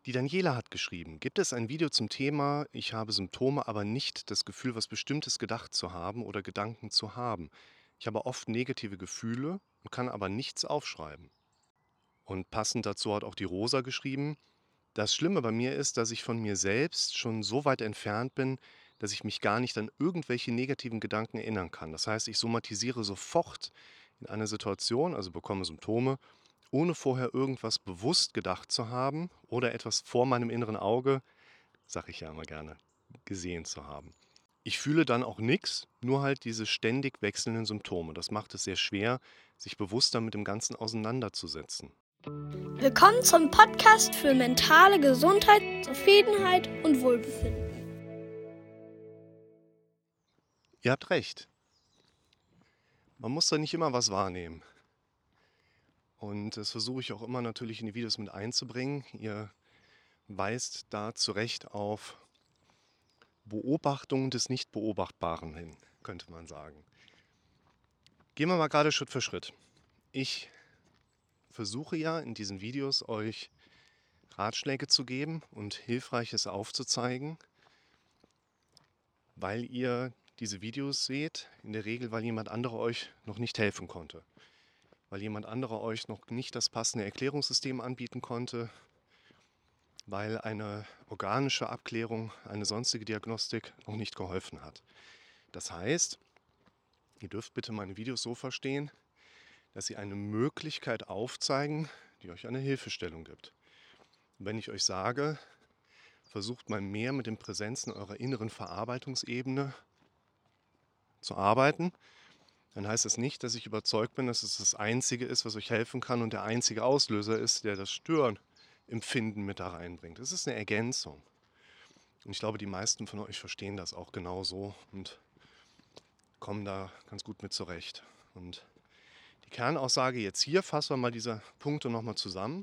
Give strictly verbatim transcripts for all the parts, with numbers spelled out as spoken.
Die Daniela hat geschrieben: „Gibt es ein Video zum Thema: ‚Ich habe Symptome, aber nicht das Gefühl, was Bestimmtes gedacht zu haben oder Gedanken zu haben. Ich habe oft negative Gefühle und kann aber nichts aufschreiben.‘“ Und passend dazu hat auch die Rosa geschrieben: „Das Schlimme bei mir ist, dass ich von mir selbst schon so weit entfernt bin, dass ich mich gar nicht an irgendwelche negativen Gedanken erinnern kann. Das heißt, ich somatisiere sofort in eine Situation, also bekomme Symptome, ohne vorher irgendwas bewusst gedacht zu haben oder etwas vor meinem inneren Auge, sage ich ja immer gerne, gesehen zu haben. Ich fühle dann auch nix, nur halt diese ständig wechselnden Symptome. Das macht es sehr schwer, sich bewusster mit dem Ganzen auseinanderzusetzen.“ Willkommen zum Podcast für mentale Gesundheit, Zufriedenheit und Wohlbefinden. Ihr habt recht. Man muss da nicht immer was wahrnehmen. Und das versuche ich auch immer natürlich in die Videos mit einzubringen. Ihr weist da zu Recht auf Beobachtung des Nicht-Beobachtbaren hin, könnte man sagen. Gehen wir mal gerade Schritt für Schritt. Ich versuche ja in diesen Videos euch Ratschläge zu geben und Hilfreiches aufzuzeigen, weil ihr diese Videos seht, in der Regel, weil jemand anderer euch noch nicht helfen konnte. Weil jemand anderer euch noch nicht das passende Erklärungssystem anbieten konnte, weil eine organische Abklärung, eine sonstige Diagnostik noch nicht geholfen hat. Das heißt, ihr dürft bitte meine Videos so verstehen, dass sie eine Möglichkeit aufzeigen, die euch eine Hilfestellung gibt. Und wenn ich euch sage, versucht mal mehr mit den Präsenzen eurer inneren Verarbeitungsebene zu arbeiten, dann heißt das nicht, dass ich überzeugt bin, dass es das Einzige ist, was euch helfen kann und der einzige Auslöser ist, der das Störenempfinden mit da reinbringt. Es ist eine Ergänzung. Und ich glaube, die meisten von euch verstehen das auch genau so und kommen da ganz gut mit zurecht. Und die Kernaussage jetzt hier, fassen wir mal diese Punkte nochmal zusammen.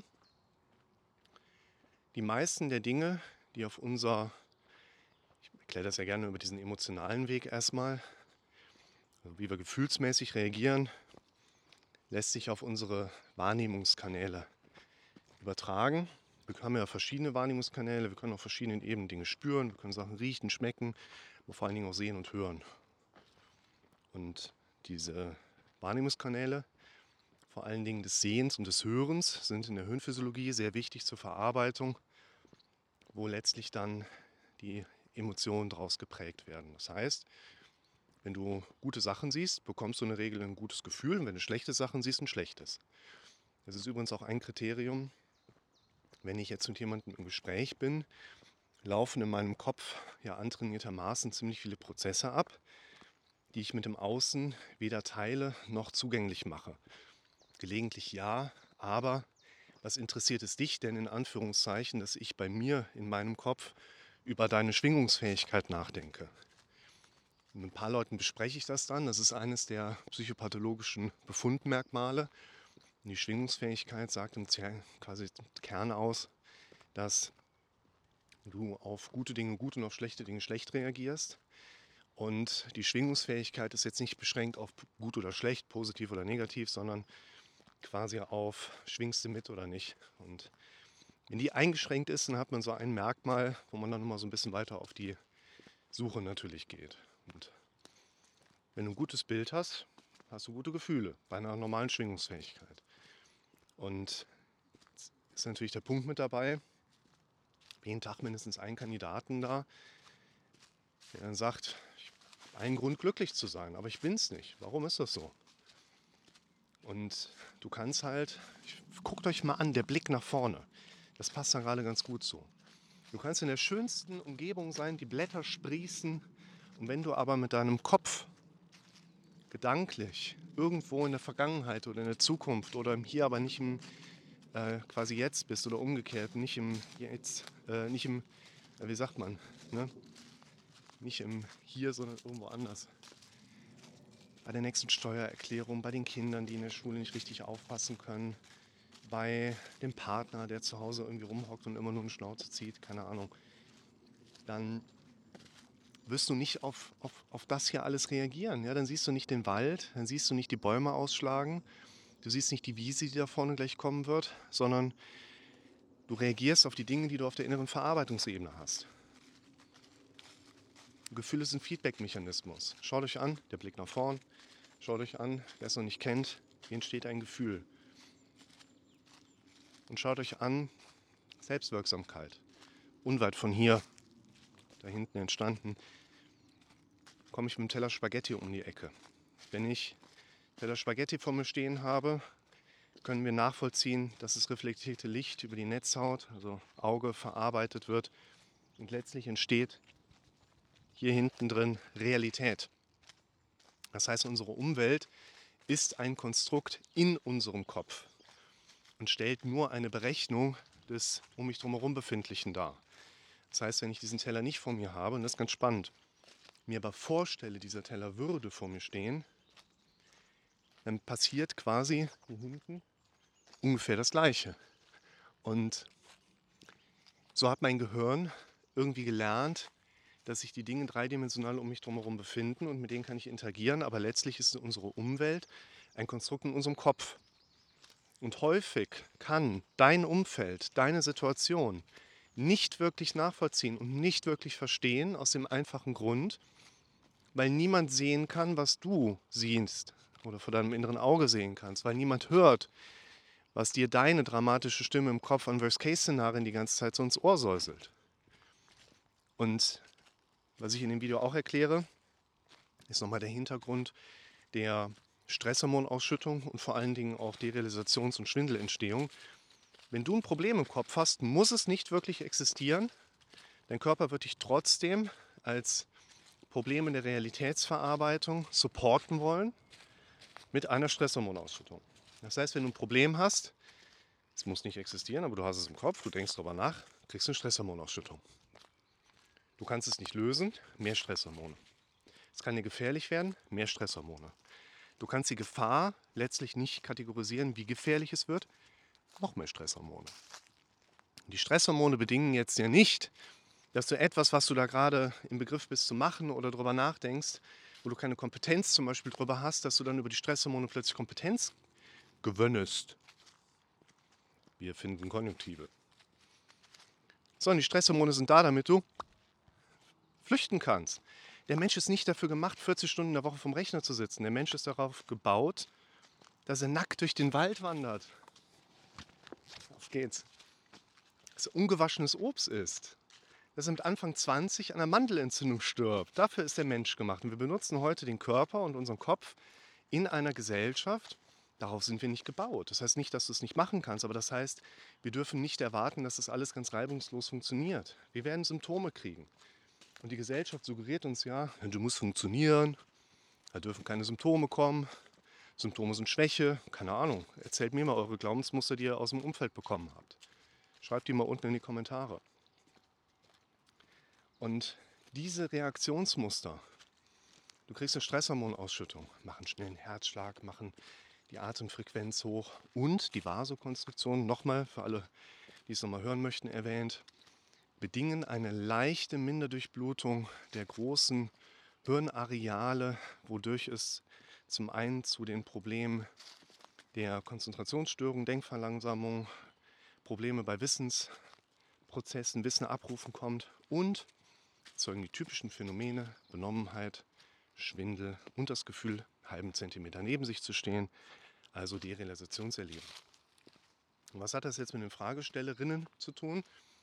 Die meisten der Dinge, die auf unser, ich erkläre das ja gerne über diesen emotionalen Weg erstmal, also wie wir gefühlsmäßig reagieren, lässt sich auf unsere Wahrnehmungskanäle übertragen. Wir haben ja verschiedene Wahrnehmungskanäle, wir können auf verschiedenen Ebenen Dinge spüren, wir können Sachen riechen, schmecken, aber vor allen Dingen auch sehen und hören. Und diese Wahrnehmungskanäle, vor allen Dingen des Sehens und des Hörens, sind in der Hirnphysiologie sehr wichtig zur Verarbeitung, wo letztlich dann die Emotionen daraus geprägt werden. Das heißt, wenn du gute Sachen siehst, bekommst du in der Regel ein gutes Gefühl, und wenn du schlechte Sachen siehst, ein schlechtes. Das ist übrigens auch ein Kriterium, wenn ich jetzt mit jemandem im Gespräch bin, laufen in meinem Kopf ja antrainiertermaßen ziemlich viele Prozesse ab, die ich mit dem Außen weder teile noch zugänglich mache. Gelegentlich ja, aber was interessiert es dich denn in Anführungszeichen, dass ich bei mir in meinem Kopf über deine Schwingungsfähigkeit nachdenke? Und mit ein paar Leuten bespreche ich das dann. Das ist eines der psychopathologischen Befundmerkmale. Und die Schwingungsfähigkeit sagt im quasi Kern aus, dass du auf gute Dinge gut und auf schlechte Dinge schlecht reagierst. Und die Schwingungsfähigkeit ist jetzt nicht beschränkt auf gut oder schlecht, positiv oder negativ, sondern quasi auf schwingst du mit oder nicht. Und wenn die eingeschränkt ist, dann hat man so ein Merkmal, wo man dann nochmal so ein bisschen weiter auf die Suche natürlich geht. Und wenn du ein gutes Bild hast, hast du gute Gefühle bei einer normalen Schwingungsfähigkeit. Und jetzt ist natürlich der Punkt mit dabei, jeden Tag mindestens einen Kandidaten da, der dann sagt, ich habe einen Grund glücklich zu sein, aber ich bin's nicht. Warum ist das so? Und du kannst halt, guckt euch mal an, der Blick nach vorne, das passt da gerade ganz gut zu. Du kannst in der schönsten Umgebung sein, die Blätter sprießen, und wenn du aber mit deinem Kopf gedanklich irgendwo in der Vergangenheit oder in der Zukunft oder im Hier, aber nicht im äh, quasi Jetzt bist oder umgekehrt, nicht im Jetzt, äh, nicht im, äh, wie sagt man, ne? Nicht im Hier, sondern irgendwo anders. Bei der nächsten Steuererklärung, bei den Kindern, die in der Schule nicht richtig aufpassen können, bei dem Partner, der zu Hause irgendwie rumhockt und immer nur eine Schnauze zieht, keine Ahnung, dann wirst du nicht auf, auf, auf das hier alles reagieren. Ja? Dann siehst du nicht den Wald, dann siehst du nicht die Bäume ausschlagen, du siehst nicht die Wiese, die da vorne gleich kommen wird, sondern Du reagierst auf die Dinge, die du auf der inneren Verarbeitungsebene hast. Gefühle sind Feedback-Mechanismus. Schaut euch an, der Blick nach vorn. Schaut euch an, wer es noch nicht kennt, wie entsteht ein Gefühl. Und schaut euch an, Selbstwirksamkeit. Unweit von hier, da hinten entstanden, komme ich mit dem Teller Spaghetti um die Ecke. Wenn ich Teller Spaghetti vor mir stehen habe, können wir nachvollziehen, dass das reflektierte Licht über die Netzhaut, also Auge, verarbeitet wird und letztlich entsteht hier hinten drin Realität. Das heißt, unsere Umwelt ist ein Konstrukt in unserem Kopf und stellt nur eine Berechnung des um mich drumherum Befindlichen dar. Das heißt, wenn ich diesen Teller nicht vor mir habe, und das ist ganz spannend, mir aber vorstelle, dieser Teller würde vor mir stehen, dann passiert quasi hier hinten ungefähr das Gleiche. Und so hat mein Gehirn irgendwie gelernt, dass sich die Dinge dreidimensional um mich drumherum befinden und mit denen kann ich interagieren, aber letztlich ist unsere Umwelt ein Konstrukt in unserem Kopf. Und häufig kann dein Umfeld, deine Situation nicht wirklich nachvollziehen und nicht wirklich verstehen, aus dem einfachen Grund, weil niemand sehen kann, was du siehst oder vor deinem inneren Auge sehen kannst, weil niemand hört, was dir deine dramatische Stimme im Kopf an Worst-Case-Szenarien die ganze Zeit so ins Ohr säuselt. Und was ich in dem Video auch erkläre, ist nochmal der Hintergrund der Stresshormonausschüttung und vor allen Dingen auch Derealisations- und Schwindelentstehung. Wenn du ein Problem im Kopf hast, muss es nicht wirklich existieren. Dein Körper wird dich trotzdem als Problem in der Realitätsverarbeitung supporten wollen mit einer Stresshormonausschüttung. Das heißt, wenn du ein Problem hast, es muss nicht existieren, aber du hast es im Kopf, du denkst darüber nach, kriegst du eine Stresshormonausschüttung. Du kannst es nicht lösen, mehr Stresshormone. Es kann dir gefährlich werden, mehr Stresshormone. Du kannst die Gefahr letztlich nicht kategorisieren, wie gefährlich es wird, noch mehr Stresshormone. Die Stresshormone bedingen jetzt ja nicht, dass du etwas, was du da gerade im Begriff bist zu machen oder darüber nachdenkst, wo du keine Kompetenz zum Beispiel darüber hast, dass du dann über die Stresshormone plötzlich Kompetenz gewöhnest. Wir finden Konjunktive. So, und die Stresshormone sind da, damit du flüchten kannst. Der Mensch ist nicht dafür gemacht, vierzig Stunden in der Woche vom Rechner zu sitzen. Der Mensch ist darauf gebaut, dass er nackt durch den Wald wandert. Auf geht's. Dass er ungewaschenes Obst isst. Dass er mit Anfang zwanzig an einer Mandelentzündung stirbt. Dafür ist der Mensch gemacht. Und wir benutzen heute den Körper und unseren Kopf in einer Gesellschaft. Darauf sind wir nicht gebaut. Das heißt nicht, dass du es nicht machen kannst, aber das heißt, wir dürfen nicht erwarten, dass das alles ganz reibungslos funktioniert. Wir werden Symptome kriegen. Und die Gesellschaft suggeriert uns ja, du musst funktionieren, da dürfen keine Symptome kommen, Symptome sind Schwäche, keine Ahnung. Erzählt mir mal eure Glaubensmuster, die ihr aus dem Umfeld bekommen habt. Schreibt die mal unten in die Kommentare. Und diese Reaktionsmuster, du kriegst eine Stresshormonausschüttung, machen schnell einen Herzschlag, machen die Atemfrequenz hoch und die Vasokonstriktion, nochmal für alle, die es nochmal hören möchten, erwähnt, bedingen eine leichte Minderdurchblutung der großen Hirnareale, wodurch es zum einen zu den Problemen der Konzentrationsstörung, Denkverlangsamung, Probleme bei Wissensprozessen, Wissen abrufen kommt und zeugen die typischen Phänomene Benommenheit, Schwindel und das Gefühl, einen halben Zentimeter neben sich zu stehen, also Derealisationserleben. Und was hat das jetzt mit den Fragestellerinnen zu tun?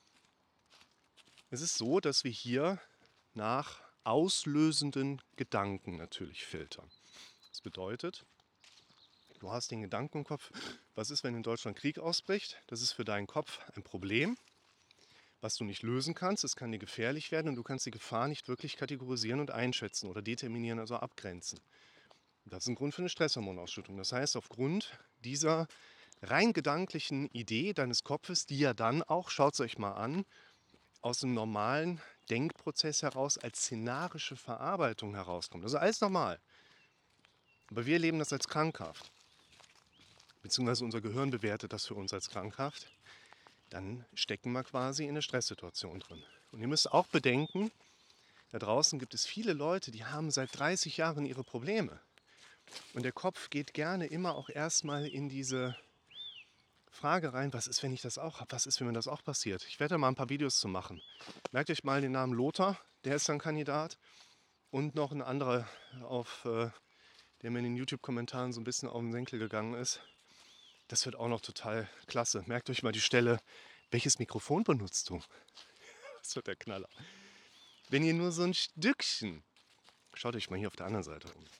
Es ist so, dass wir hier nach auslösenden Gedanken natürlich filtern. Das bedeutet, du hast den Gedanken im Kopf, was ist, wenn in Deutschland Krieg ausbricht? Das ist für deinen Kopf ein Problem, was du nicht lösen kannst. Es kann dir gefährlich werden und du kannst die Gefahr nicht wirklich kategorisieren und einschätzen oder determinieren, also abgrenzen. Das ist ein Grund für eine Stresshormonausschüttung. Das heißt, aufgrund dieser rein gedanklichen Idee deines Kopfes, die ja dann auch, schaut es euch mal an, aus dem normalen Denkprozess heraus als szenarische Verarbeitung herauskommt. Also alles normal. Aber wir erleben das als krankhaft. Beziehungsweise unser Gehirn bewertet das für uns als krankhaft. Dann stecken wir quasi in einer Stresssituation drin. Und ihr müsst auch bedenken, da draußen gibt es viele Leute, die haben seit dreißig Jahren ihre Probleme. Und der Kopf geht gerne immer auch erstmal in diese Frage rein, was ist, wenn ich das auch habe? Was ist, wenn mir das auch passiert? Ich werde da mal ein paar Videos zu machen. Merkt euch mal den Namen Lothar, der ist ein Kandidat. Und noch ein anderer, auf, äh, der mir in den YouTube-Kommentaren so ein bisschen auf den Senkel gegangen ist. Das wird auch noch total klasse. Merkt euch mal die Stelle, welches Mikrofon benutzt du? Das wird der Knaller. Wenn ihr nur so ein Stückchen, schaut euch mal hier auf der anderen Seite um,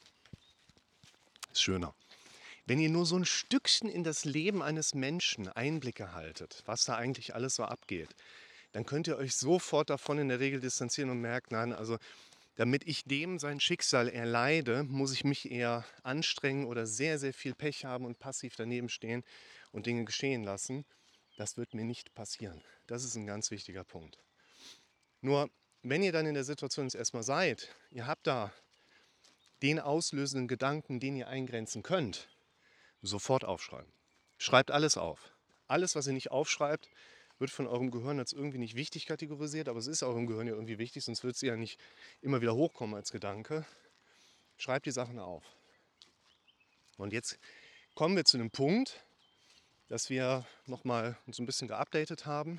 ist schöner. Wenn ihr nur so ein Stückchen in das Leben eines Menschen Einblicke haltet, was da eigentlich alles so abgeht, dann könnt ihr euch sofort davon in der Regel distanzieren und merkt, nein, also damit ich dem sein Schicksal erleide, muss ich mich eher anstrengen oder sehr, sehr viel Pech haben und passiv daneben stehen und Dinge geschehen lassen. Das wird mir nicht passieren. Das ist ein ganz wichtiger Punkt. Nur, wenn ihr dann in der Situation jetzt erstmal seid, ihr habt da den auslösenden Gedanken, den ihr eingrenzen könnt, sofort aufschreiben. Schreibt alles auf. Alles, was ihr nicht aufschreibt, wird von eurem Gehirn als irgendwie nicht wichtig kategorisiert, aber es ist eurem Gehirn ja irgendwie wichtig, sonst wird es ja nicht immer wieder hochkommen als Gedanke. Schreibt die Sachen auf. Und jetzt kommen wir zu einem Punkt, dass wir nochmal uns ein bisschen geupdatet haben.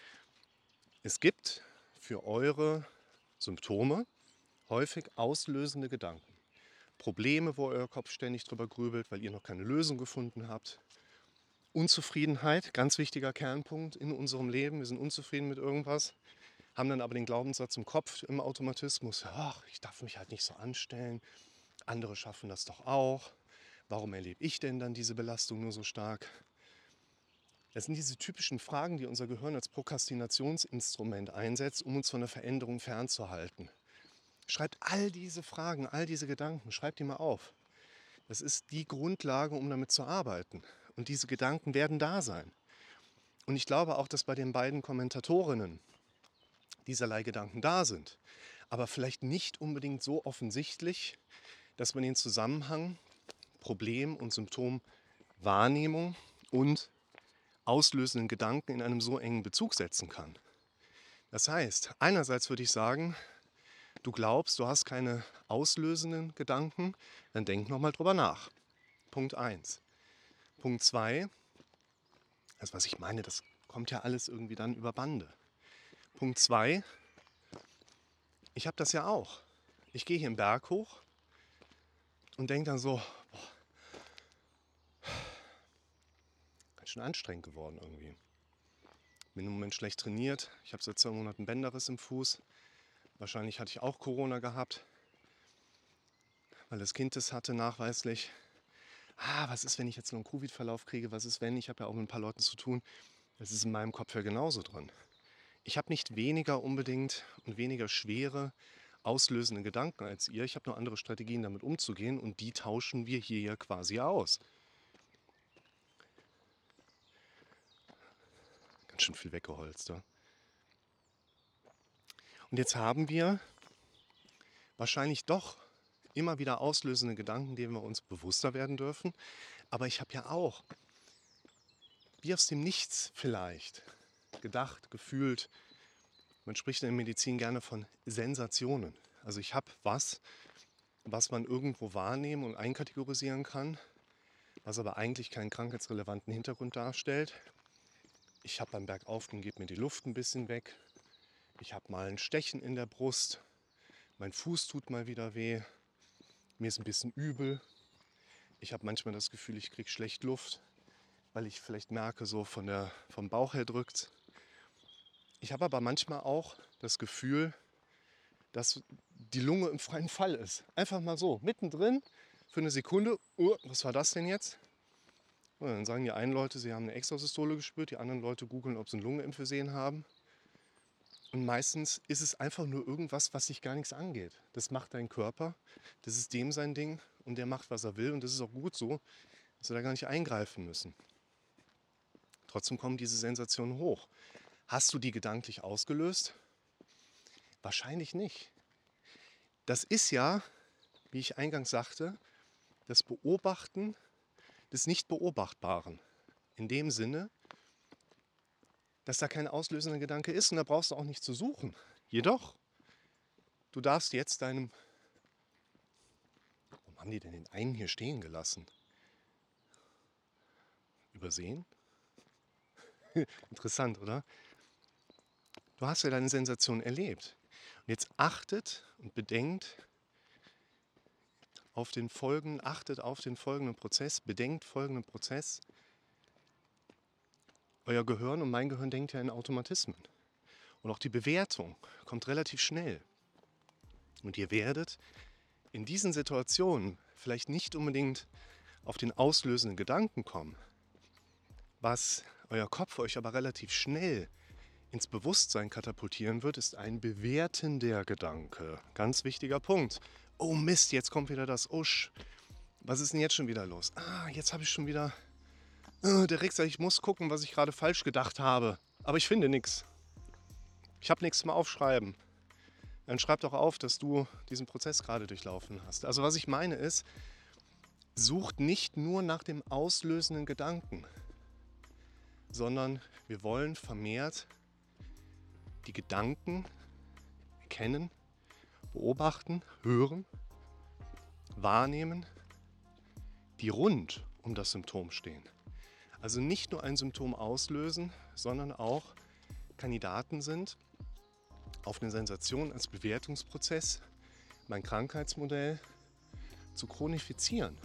Es gibt für eure Symptome häufig auslösende Gedanken. Probleme, wo euer Kopf ständig drüber grübelt, weil ihr noch keine Lösung gefunden habt. Unzufriedenheit, ganz wichtiger Kernpunkt in unserem Leben. Wir sind unzufrieden mit irgendwas, haben dann aber den Glaubenssatz im Kopf, im Automatismus, ach, ich darf mich halt nicht so anstellen, andere schaffen das doch auch. Warum erlebe ich denn dann diese Belastung nur so stark? Das sind diese typischen Fragen, die unser Gehirn als Prokrastinationsinstrument einsetzt, um uns von der Veränderung fernzuhalten. Schreibt all diese Fragen, all diese Gedanken, schreibt die mal auf. Das ist die Grundlage, um damit zu arbeiten. Und diese Gedanken werden da sein. Und ich glaube auch, dass bei den beiden Kommentatorinnen dieserlei Gedanken da sind. Aber vielleicht nicht unbedingt so offensichtlich, dass man den Zusammenhang Problem- und Symptomwahrnehmung und auslösenden Gedanken in einem so engen Bezug setzen kann. Das heißt, einerseits würde ich sagen, du glaubst, du hast keine auslösenden Gedanken, dann denk nochmal drüber nach. Punkt eins. Punkt zwei, das was ich meine, das kommt ja alles irgendwie dann über Bande. Punkt zwei, ich habe das ja auch. Ich gehe hier einen Berg hoch und denke dann so, boah, ganz schön anstrengend geworden irgendwie. Bin im Moment schlecht trainiert, ich habe seit zwei Monaten Bänderriss im Fuß. Wahrscheinlich hatte ich auch Corona gehabt, weil das Kind es hatte nachweislich. Ah, was ist, wenn ich jetzt noch einen Covid-Verlauf kriege? Was ist, wenn? Ich habe ja auch mit ein paar Leuten zu tun. Das ist in meinem Kopf ja genauso drin. Ich habe nicht weniger unbedingt und weniger schwere auslösende Gedanken als ihr. Ich habe nur andere Strategien, damit umzugehen und die tauschen wir hier ja quasi aus. Ganz schön viel weggeholzt. Ja? Und jetzt haben wir wahrscheinlich doch immer wieder auslösende Gedanken, denen wir uns bewusster werden dürfen. Aber ich habe ja auch, wie aus dem Nichts vielleicht, gedacht, gefühlt, man spricht in der Medizin gerne von Sensationen. Also ich habe was, was man irgendwo wahrnehmen und einkategorisieren kann, was aber eigentlich keinen krankheitsrelevanten Hintergrund darstellt. Ich habe beim Bergaufgehen, geht mir die Luft ein bisschen weg. Ich habe mal ein Stechen in der Brust. Mein Fuß tut mal wieder weh. Mir ist ein bisschen übel. Ich habe manchmal das Gefühl, ich kriege schlecht Luft, weil ich vielleicht merke, so von der, vom Bauch her drückt. Ich habe aber manchmal auch das Gefühl, dass die Lunge im freien Fall ist. Einfach mal so, mittendrin, für eine Sekunde. Uh, was war das denn jetzt? Und dann sagen die einen Leute, sie haben eine Extrasystole gespürt, die anderen Leute googeln, ob sie ein Lungenemphysem haben. Und meistens ist es einfach nur irgendwas, was sich gar nichts angeht. Das macht dein Körper, das ist dem sein Ding und der macht, was er will. Und das ist auch gut so, dass wir da gar nicht eingreifen müssen. Trotzdem kommen diese Sensationen hoch. Hast du die gedanklich ausgelöst? Wahrscheinlich nicht. Das ist ja, wie ich eingangs sagte, das Beobachten des Nicht-Beobachtbaren. In dem Sinne, dass da kein auslösender Gedanke ist und da brauchst du auch nicht zu suchen. Jedoch, du darfst jetzt deinem... Warum haben die denn den einen hier stehen gelassen? Übersehen? Interessant, oder? Du hast ja deine Sensation erlebt. Und jetzt achtet und bedenkt auf den folgenden, achtet auf den folgenden Prozess, bedenkt folgenden Prozess. Euer Gehirn und mein Gehirn denkt ja in Automatismen. Und auch die Bewertung kommt relativ schnell. Und ihr werdet in diesen Situationen vielleicht nicht unbedingt auf den auslösenden Gedanken kommen, was euer Kopf euch aber relativ schnell ins Bewusstsein katapultieren wird, ist ein bewertender Gedanke. Ganz wichtiger Punkt. Oh Mist, jetzt kommt wieder das Usch. Was ist denn jetzt schon wieder los? Ah, jetzt habe ich schon wieder... Oh, der Rick sagt, ich muss gucken, was ich gerade falsch gedacht habe. Aber ich finde nichts. Ich habe nichts zum Aufschreiben. Dann schreib doch auf, dass du diesen Prozess gerade durchlaufen hast. Also was ich meine ist, sucht nicht nur nach dem auslösenden Gedanken, sondern wir wollen vermehrt die Gedanken erkennen, beobachten, hören, wahrnehmen, die rund um das Symptom stehen. Also nicht nur ein Symptom auslösen, sondern auch Kandidaten sind auf eine Sensation als Bewertungsprozess, mein Krankheitsmodell zu chronifizieren.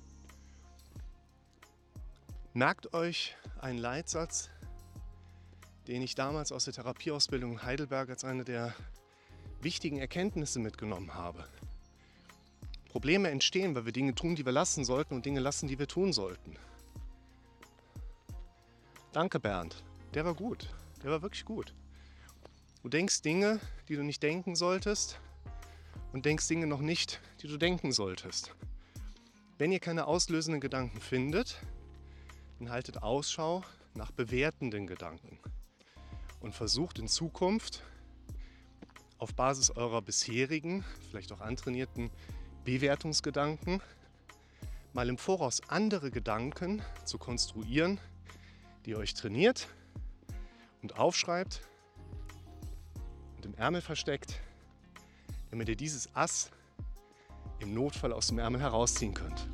Merkt euch einen Leitsatz, den ich damals aus der Therapieausbildung in Heidelberg als eine der wichtigen Erkenntnisse mitgenommen habe. Probleme entstehen, weil wir Dinge tun, die wir lassen sollten und Dinge lassen, die wir tun sollten. Danke, Bernd. Der war gut. Der war wirklich gut. Du denkst Dinge, die du nicht denken solltest und denkst Dinge noch nicht, die du denken solltest. Wenn ihr keine auslösenden Gedanken findet, dann haltet Ausschau nach bewertenden Gedanken und versucht in Zukunft auf Basis eurer bisherigen, vielleicht auch antrainierten Bewertungsgedanken mal im Voraus andere Gedanken zu konstruieren, die ihr euch trainiert und aufschreibt und im Ärmel versteckt, damit ihr dieses Ass im Notfall aus dem Ärmel herausziehen könnt.